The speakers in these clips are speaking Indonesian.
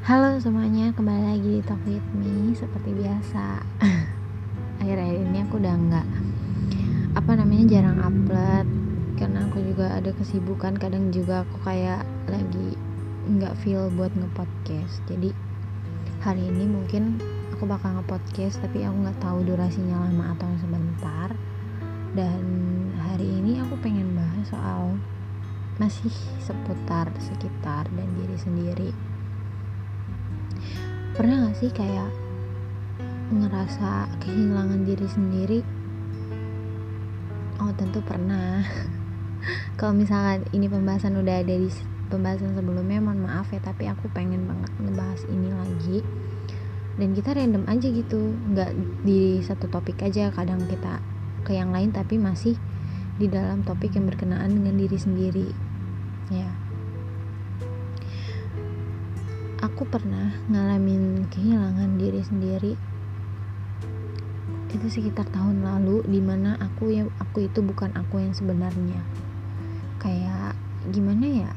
Halo semuanya, kembali lagi di Talk With Me seperti biasa. Akhir-akhir ini aku udah jarang upload karena aku juga ada kesibukan. Kadang juga aku kayak lagi nggak feel buat nge-podcast. Jadi hari ini mungkin aku bakal nge-podcast, tapi aku nggak tahu durasinya lama atau sebentar. Dan hari ini aku pengen bahas soal masih seputar sekitar dan diri sendiri. Pernah gak sih kayak ngerasa kehilangan diri sendiri? Oh tentu pernah. Kalau misalkan ini pembahasan udah ada di pembahasan sebelumnya, mohon maaf ya, tapi aku pengen banget ngebahas ini lagi. Dan kita random aja gitu, gak di satu topik aja, kadang kita ke yang lain tapi masih di dalam topik yang berkenaan dengan diri sendiri ya. Aku pernah ngalamin kehilangan diri sendiri itu sekitar tahun lalu, dimana aku itu bukan aku yang sebenarnya. Kayak gimana ya,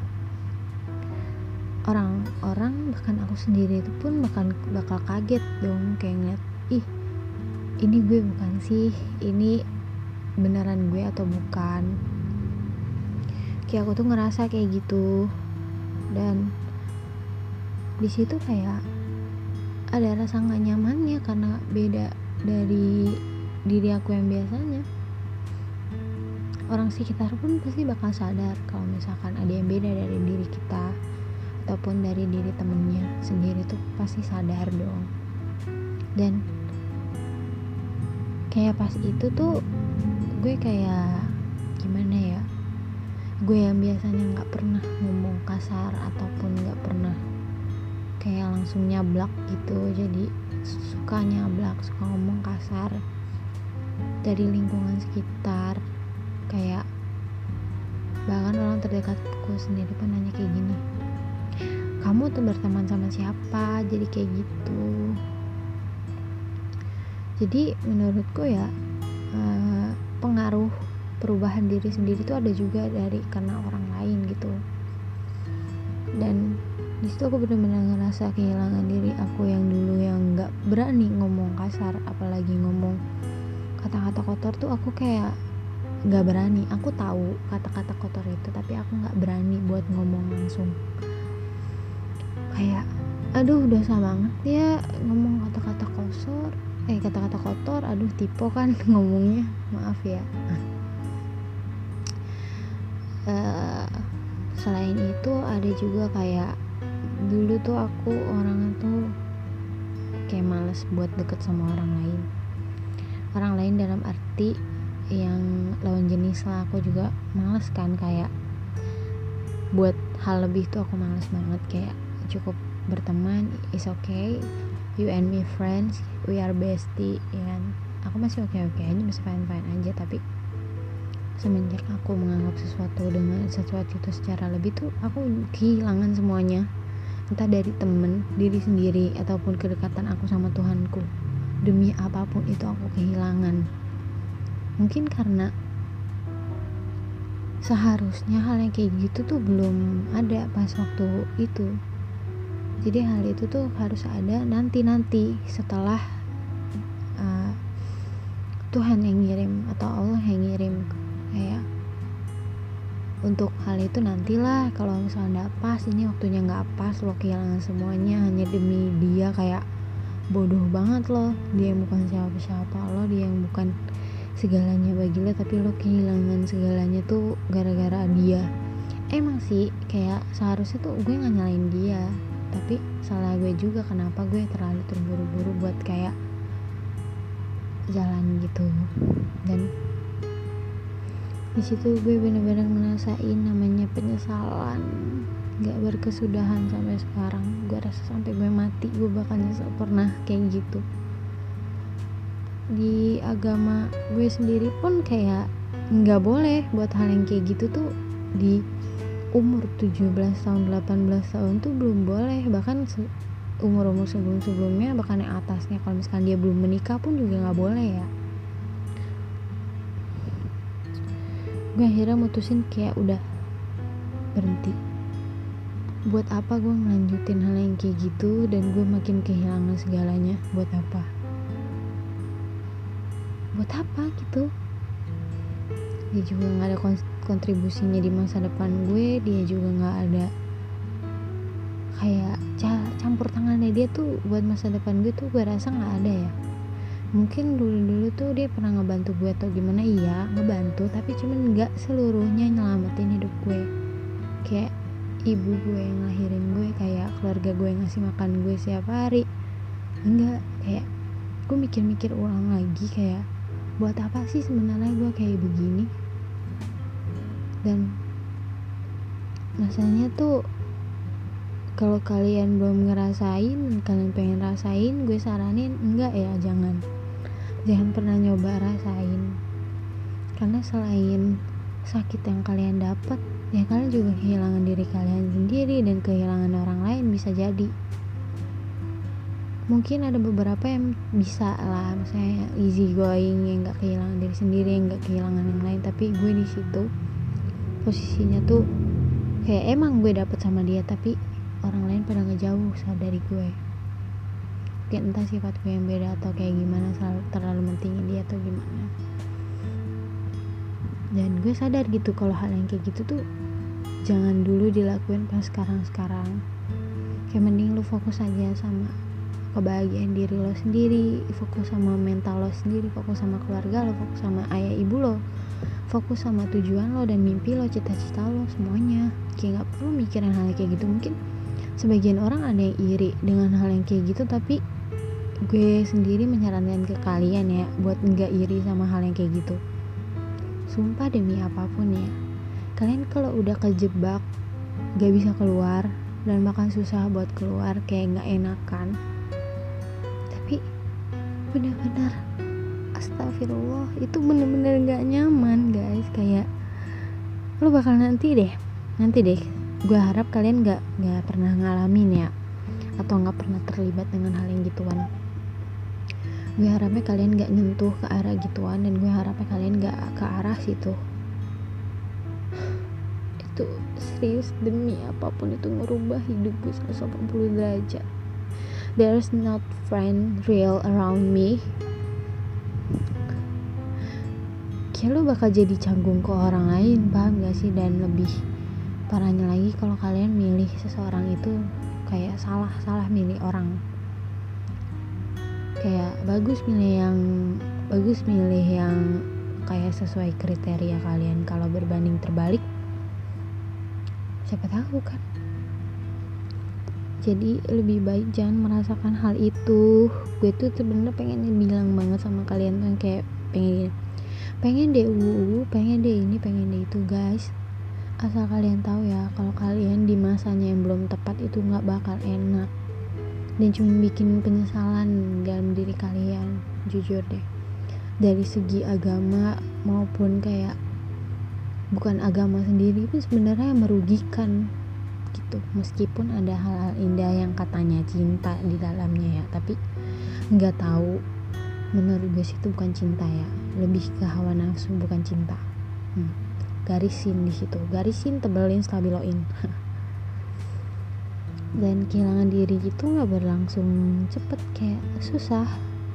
orang-orang bahkan aku sendiri itu pun bakal kaget dong, kayak ngeliat, ih ini gue bukan sih, ini beneran gue atau bukan. Kayak aku tuh ngerasa kayak gitu, dan di situ kayak ada rasa nggak nyamannya karena beda dari diri aku yang biasanya. Orang sekitar pun pasti bakal sadar kalau misalkan ada yang beda dari diri kita ataupun dari diri temennya sendiri, tuh pasti sadar dong. Dan kayak pas itu tuh gue kayak gimana ya, gue yang biasanya nggak pernah ngomong kasar ataupun nggak pernah kayak langsung nyablak gitu, jadi suka nyablak, suka ngomong kasar dari lingkungan sekitar. Kayak bahkan orang terdekatku sendiri pun nanya kayak gini, kamu tuh berteman sama siapa? Jadi kayak gitu. Jadi menurutku ya, pengaruh perubahan diri sendiri tuh ada juga dari karena orang lain gitu. Dan di situ aku benar-benar ngerasa kehilangan diri aku yang dulu yang nggak berani ngomong kasar, apalagi ngomong kata-kata kotor tuh aku kayak nggak berani. Aku tahu kata-kata kotor itu, tapi aku nggak berani buat ngomong langsung. Kayak aduh dosa banget ya ngomong kata-kata kotor, aduh tipe kan ngomongnya, maaf ya. Selain itu ada juga kayak dulu tuh aku orangnya tuh kayak males buat deket sama orang lain dalam arti yang lawan jenis lah. Aku juga males kan, kayak buat hal lebih tuh aku males banget. Kayak cukup berteman, is okay, you and me friends, we are bestie ya kan. Aku masih oke aja, masih fine aja. Tapi semenjak aku menganggap sesuatu itu secara lebih tuh aku kehilangan semuanya, entah dari temen, diri sendiri, ataupun kedekatan aku sama Tuhanku. Demi apapun itu aku kehilangan. Mungkin karena seharusnya hal yang kayak gitu tuh belum ada pas waktu itu. Jadi hal itu tuh harus ada nanti setelah Tuhan yang ngirim atau Allah yang ngirim. Kayak untuk hal itu nantilah, kalau misalnya gak pas, ini waktunya gak pas, lo kehilangan semuanya hanya demi dia. Kayak bodoh banget lo, dia yang bukan siapa-siapa lo, dia yang bukan segalanya bagi lo, tapi lo kehilangan segalanya tuh gara-gara dia. Emang sih kayak seharusnya tuh gue gak nyalain dia, tapi salah gue juga, kenapa gue terlalu terburu-buru buat kayak jalan gitu. Dan di situ gue benar-benar ngerasain namanya penyesalan gak berkesudahan sampai sekarang. Gue rasa sampai gue mati gue bakal nyesel pernah kayak gitu. Di agama gue sendiri pun kayak gak boleh buat hal yang kayak gitu tuh. Di umur 17 tahun 18 tahun tuh belum boleh. Bahkan umur-umur sebelum-sebelumnya, bahkan yang atasnya, kalau misalkan dia belum menikah pun juga gak boleh ya. Gue akhirnya mutusin kayak udah berhenti. buat apa gue ngelanjutin hal yang kayak gitu dan gue makin kehilangan segalanya? Buat apa gitu? Dia juga nggak ada kontribusinya di masa depan gue, dia juga nggak ada kayak campur tangannya dia tuh buat masa depan gue tuh, gue rasa nggak ada ya. Mungkin dulu tuh dia pernah ngebantu gue atau gimana, iya ngebantu, tapi cuman nggak seluruhnya nyelamatin hidup gue. Kayak ibu gue yang ngelahirin gue, kayak keluarga gue yang ngasih makan gue setiap hari, enggak. Kayak gue mikir-mikir ulang lagi, kayak buat apa sih sebenarnya gue kayak begini. Dan rasanya tuh kalau kalian belum ngerasain dan kalian pengen rasain, gue saranin enggak ya, jangan pernah nyoba rasain. Karena selain sakit yang kalian dapat, ya kalian juga kehilangan diri kalian sendiri dan kehilangan orang lain bisa jadi. Mungkin ada beberapa yang bisa lah, misalnya easy going, yang nggak kehilangan diri sendiri, yang nggak kehilangan yang lain. Tapi gue di situ posisinya tuh kayak emang gue dapet sama dia, tapi orang lain pada ngejauh dari gue. Mungkin entah sifat gue yang beda atau kayak gimana, terlalu mentingin dia atau gimana. Dan gue sadar gitu kalau hal yang kayak gitu tuh jangan dulu dilakuin pas sekarang. Kayak mending lu fokus aja sama kebahagiaan diri lo sendiri, fokus sama mental lo sendiri, fokus sama keluarga lo, fokus sama ayah ibu lo, fokus sama tujuan lo dan mimpi lo, cita-cita lo, semuanya. Kayak gak perlu mikirin hal kayak gitu. Mungkin sebagian orang ada yang iri dengan hal yang kayak gitu, tapi gue sendiri menyarankan ke kalian ya buat gak iri sama hal yang kayak gitu. Sumpah demi apapun ya, kalian kalau udah kejebak gak bisa keluar dan bahkan susah buat keluar, kayak gak enakan, tapi benar-benar astagfirullah, itu benar-benar gak nyaman guys. Kayak lo bakal nanti deh gue harap kalian gak pernah ngalamin ya, atau gak pernah terlibat dengan hal yang gituan. Gue harapnya kalian gak nyentuh ke arah gituan, dan gue harapnya kalian gak ke arah situ. Itu serius, demi apapun itu ngerubah hidup gue 180 derajat. There's not friend real around me. Kayak lo bakal jadi canggung ke orang lain, paham gak sih? Dan lebih parahnya lagi kalau kalian milih seseorang itu kayak salah milih orang. Kayak bagus milih yang kayak sesuai kriteria kalian. Kalau berbanding terbalik, siapa tahu kan. Jadi lebih baik jangan merasakan hal itu. Gue tuh sebenarnya pengen bilang banget sama kalian tuh, kayak pengen deh pengen deh ini, pengen deh itu guys. Asal kalian tahu ya, kalau kalian di masanya yang belum tepat itu gak bakal enak dan cuma bikin penyesalan dalam diri kalian. Jujur deh, dari segi agama maupun kayak bukan agama sendiri pun sebenarnya merugikan gitu. Meskipun ada hal-hal indah yang katanya cinta di dalamnya ya, tapi nggak tahu, menurut gue sih itu bukan cinta ya, lebih ke hawa nafsu, bukan cinta. Garisin di situ, tebelin, stabiloin. Dan kehilangan diri itu nggak berlangsung cepet, kayak susah.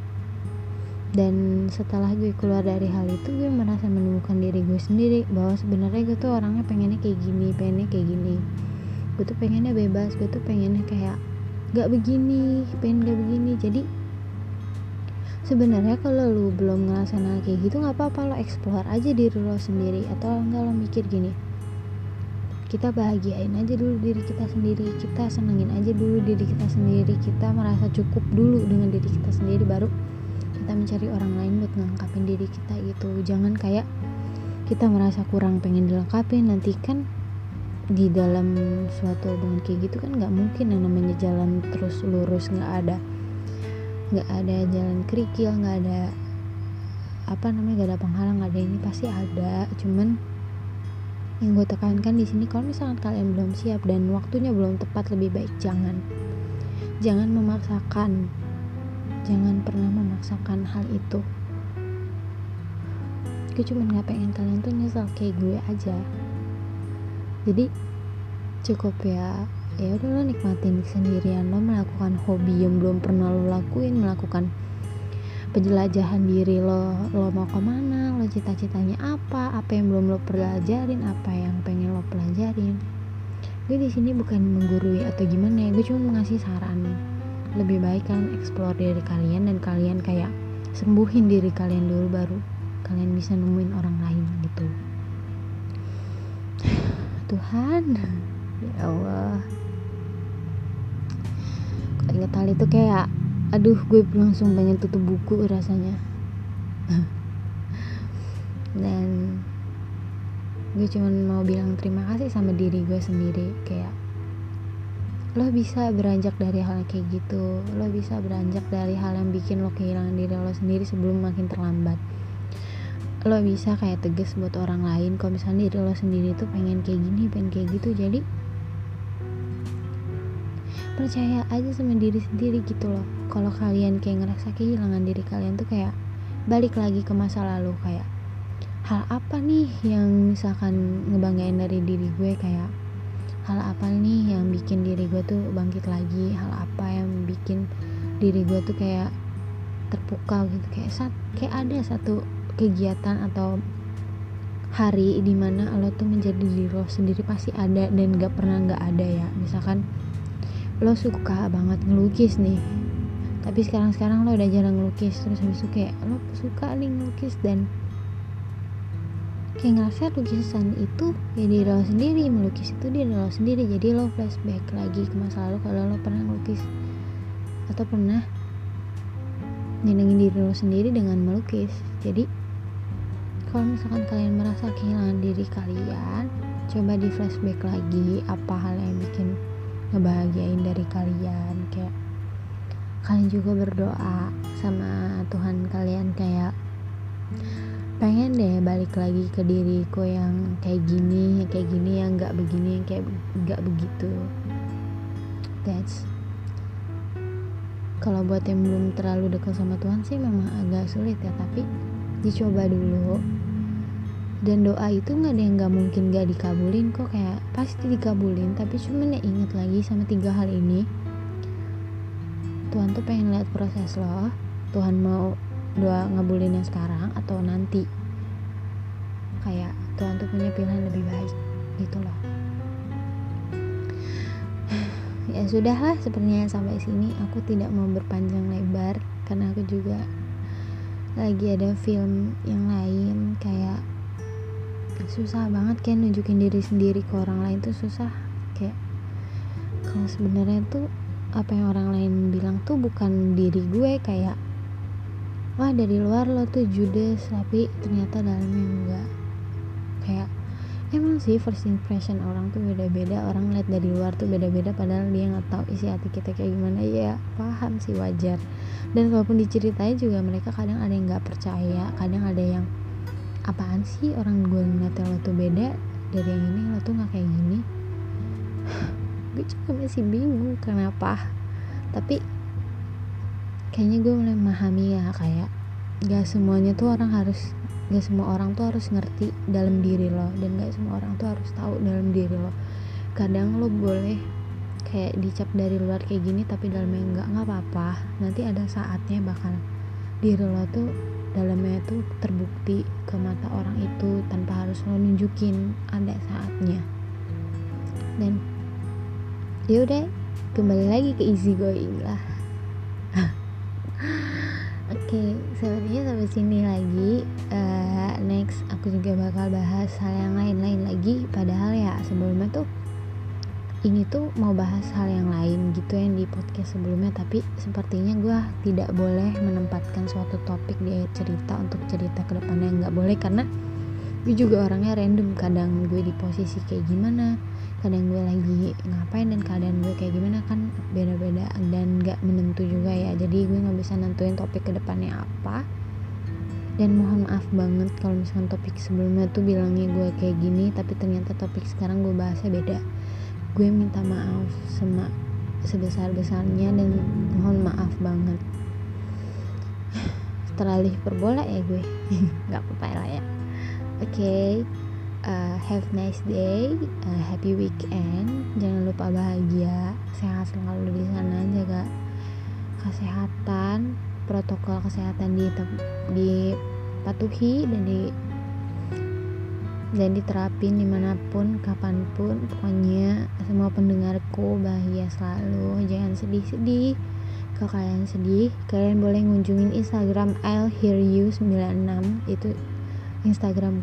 Dan setelah gue keluar dari hal itu, gue merasa menemukan diri gue sendiri, bahwa sebenarnya gue tuh orangnya pengennya kayak gini. Gue tuh pengennya bebas, gue tuh pengennya kayak gak begini. Jadi sebenarnya kalau lu belum ngerasain hal kayak gitu, nggak apa-apa, lo explore aja diri lo sendiri. Atau enggak, lo mikir gini, kita bahagiain aja dulu diri kita sendiri, kita senengin aja dulu diri kita sendiri, kita merasa cukup dulu dengan diri kita sendiri, baru kita mencari orang lain buat ngelengkapin diri kita gitu. Jangan kayak kita merasa kurang pengen dilengkapin, nanti kan di dalam suatu hubungan kayak gitu kan nggak mungkin yang namanya jalan terus lurus, nggak ada jalan kerikil, nggak ada nggak ada penghalang, nggak ada ini, pasti ada. Cuman yang gue tekankan di sini, kalau misalkan kalian belum siap dan waktunya belum tepat, lebih baik jangan memaksakan, jangan pernah memaksakan hal itu. Gue cuma nggak pengen kalian tuh nyesel kayak gue aja. Jadi cukup ya, ya udah lo nikmatin sendirian, lo melakukan hobi yang belum pernah lo lakuin, melakukan penjelajahan diri lo mau kemana, lo cita-citanya apa yang belum lo pelajarin, apa yang pengen lo pelajarin. Gue di sini bukan menggurui atau gimana ya, gue cuma ngasih saran. Lebih baik kalian explore diri kalian, dan kalian kayak sembuhin diri kalian dulu, baru kalian bisa nemuin orang lain gitu. Tuhan, ya Allah, kalau inget hal itu kayak aduh, gue langsung pengen tutup buku rasanya. Dan gue cuma mau bilang terima kasih sama diri gue sendiri. Kayak lo bisa beranjak dari hal kayak gitu, lo bisa beranjak dari hal yang bikin lo kehilangan diri lo sendiri sebelum makin terlambat. Lo bisa kayak tegas buat orang lain kalau misalnya diri lo sendiri tuh pengen kayak gini, pengen kayak gitu. Jadi percaya aja sama diri sendiri gitu loh. Kalau kalian kayak ngerasa kehilangan diri kalian tuh kayak balik lagi ke masa lalu, kayak hal apa nih yang misalkan ngebanggain dari diri gue, kayak hal apa nih yang bikin diri gue tuh bangkit lagi, hal apa yang bikin diri gue tuh kayak terpukau gitu. Kayak ada satu kegiatan atau hari dimana lo tuh menjadi diri lo sendiri, pasti ada dan gak pernah gak ada ya. Misalkan lo suka banget ngelukis nih, tapi sekarang lo udah jarang ngelukis, terus habis itu kayak lo suka nih ngelukis dan kayak ngerasa lukisan itu ya diri lo sendiri, melukis itu diri lo sendiri. Jadi lo flashback lagi ke masa lalu kalau lo pernah ngelukis atau pernah nyenengin diri lo sendiri dengan melukis. Jadi kalau misalkan kalian merasa kehilangan diri kalian, coba di flashback lagi apa hal yang bikin ngebahagiain dari kalian. Kayak kalian juga berdoa sama Tuhan kalian kayak pengen deh balik lagi ke diriku yang kayak gini, yang gak begini, yang kayak gak begitu. That's kalau buat yang belum terlalu dekat sama Tuhan sih memang agak sulit ya, tapi dicoba dulu. Dan doa itu gak ada yang gak mungkin gak dikabulin kok, kayak pasti dikabulin. Tapi cuman ya inget lagi sama 3 hal ini. Tuhan tuh pengen lihat proses lo. Tuhan mau doa ngabulinnya sekarang atau nanti. Kayak Tuhan tuh punya pilihan lebih baik gitu loh. Ya sudahlah, sepertinya sampai sini aku tidak mau berpanjang lebar karena aku juga lagi ada film yang lain. Kayak susah banget kayak nunjukin diri sendiri ke orang lain tuh susah. Kayak kalau sebenarnya tuh apa yang orang lain bilang tuh bukan diri gue. Kayak wah dari luar lo tuh judes, tapi ternyata dalamnya enggak. Kayak emang sih first impression orang tuh beda-beda, orang lihat dari luar tuh beda-beda, padahal dia nggak tahu isi hati kita kayak gimana. Ya paham sih, wajar. Dan kalaupun diceritain juga mereka kadang ada yang nggak percaya, kadang ada yang apaan sih orang gue ngeliatnya lo tuh beda dari yang ini, lo tuh nggak kayak gini. Gue juga masih bingung kenapa, tapi kayaknya gue mulai memahami ya, kayak gak semuanya tuh gak semua orang tuh harus ngerti dalam diri lo, dan gak semua orang tuh harus tahu dalam diri lo. Kadang lo boleh kayak dicap dari luar kayak gini tapi dalamnya nggak apa-apa. Nanti ada saatnya bakal diri lo tuh dalamnya tuh terbukti ke mata orang itu tanpa harus lo nunjukin, ada saatnya. Dan yaudah, kembali lagi ke easy going lah. Oke, sepertinya sampai sini lagi. Next aku juga bakal bahas hal yang lain lagi. Padahal ya sebelumnya tuh ini tuh mau bahas hal yang lain gitu yang di podcast sebelumnya, tapi sepertinya gue tidak boleh menempatkan suatu topik di akhir cerita untuk cerita ke depannya. Nggak boleh, karena gue juga orangnya random. Kadang gue di posisi kayak gimana, kadang gue lagi ngapain, dan keadaan gue kayak gimana kan beda-beda dan gak menentu juga ya. Jadi gue gak bisa nentuin topik kedepannya apa. Dan mohon maaf banget kalau misalkan topik sebelumnya tuh bilangnya gue kayak gini, tapi ternyata topik sekarang gue bahasnya beda. Gue minta maaf sebesar-besarnya dan mohon maaf banget. Terlalu hiperbola ya gue. Gak apa-apa lah ya. Oke. have nice day, happy weekend, jangan lupa bahagia, sehat selalu di sana, jaga kesehatan, protokol kesehatan dipatuhi dan diterapin dimanapun, kapanpun. Pokoknya semua pendengarku bahagia selalu, jangan sedih-sedih. Kalau kalian sedih, kalian boleh ngunjungin Instagram I'll Hear You 96. Itu Instagram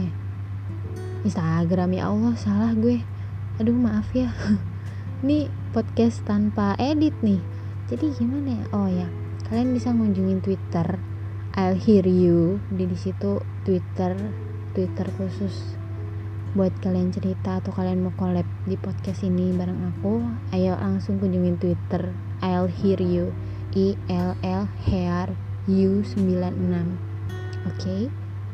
ya Allah, salah gue, aduh maaf ya. Ini podcast tanpa edit nih, jadi gimana ya? Oh ya, kalian bisa ngunjungin Twitter I'll Hear You. Di situ Twitter khusus buat kalian cerita atau kalian mau collab di podcast ini bareng aku. Ayo langsung kunjungin Twitter I'll Hear You, ILL Hear You 96. Oke.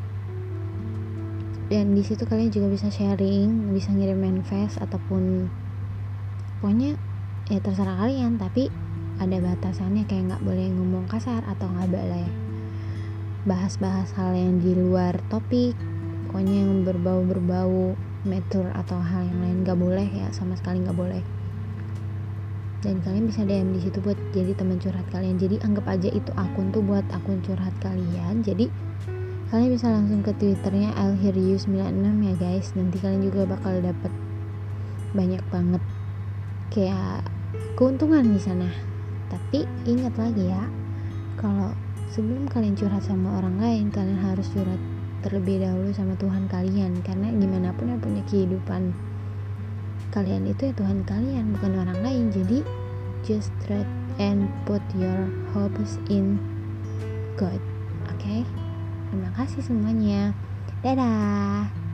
Dan di situ kalian juga bisa sharing, bisa ngirim manifest ataupun pokoknya ya terserah kalian, tapi ada batasannya, kayak nggak boleh ngomong kasar atau nggak boleh bahas hal yang di luar topik, pokoknya yang berbau mature atau hal yang lain nggak boleh ya, sama sekali nggak boleh. Dan kalian bisa DM di situ buat jadi teman curhat kalian. Jadi anggap aja itu akun tuh buat akun curhat kalian. Jadi kalian bisa langsung ke Twitternya I'll Hear You 96 ya guys. Nanti kalian juga bakal dapet banyak banget kayak keuntungan di sana. Tapi ingat lagi ya, kalau sebelum kalian curhat sama orang lain, kalian harus curhat terlebih dahulu sama Tuhan kalian. Karena gimana pun yang punya kehidupan kalian itu ya Tuhan kalian, bukan orang lain. Jadi just trust and put your hopes in God. Okay? Terima kasih semuanya. Dadah.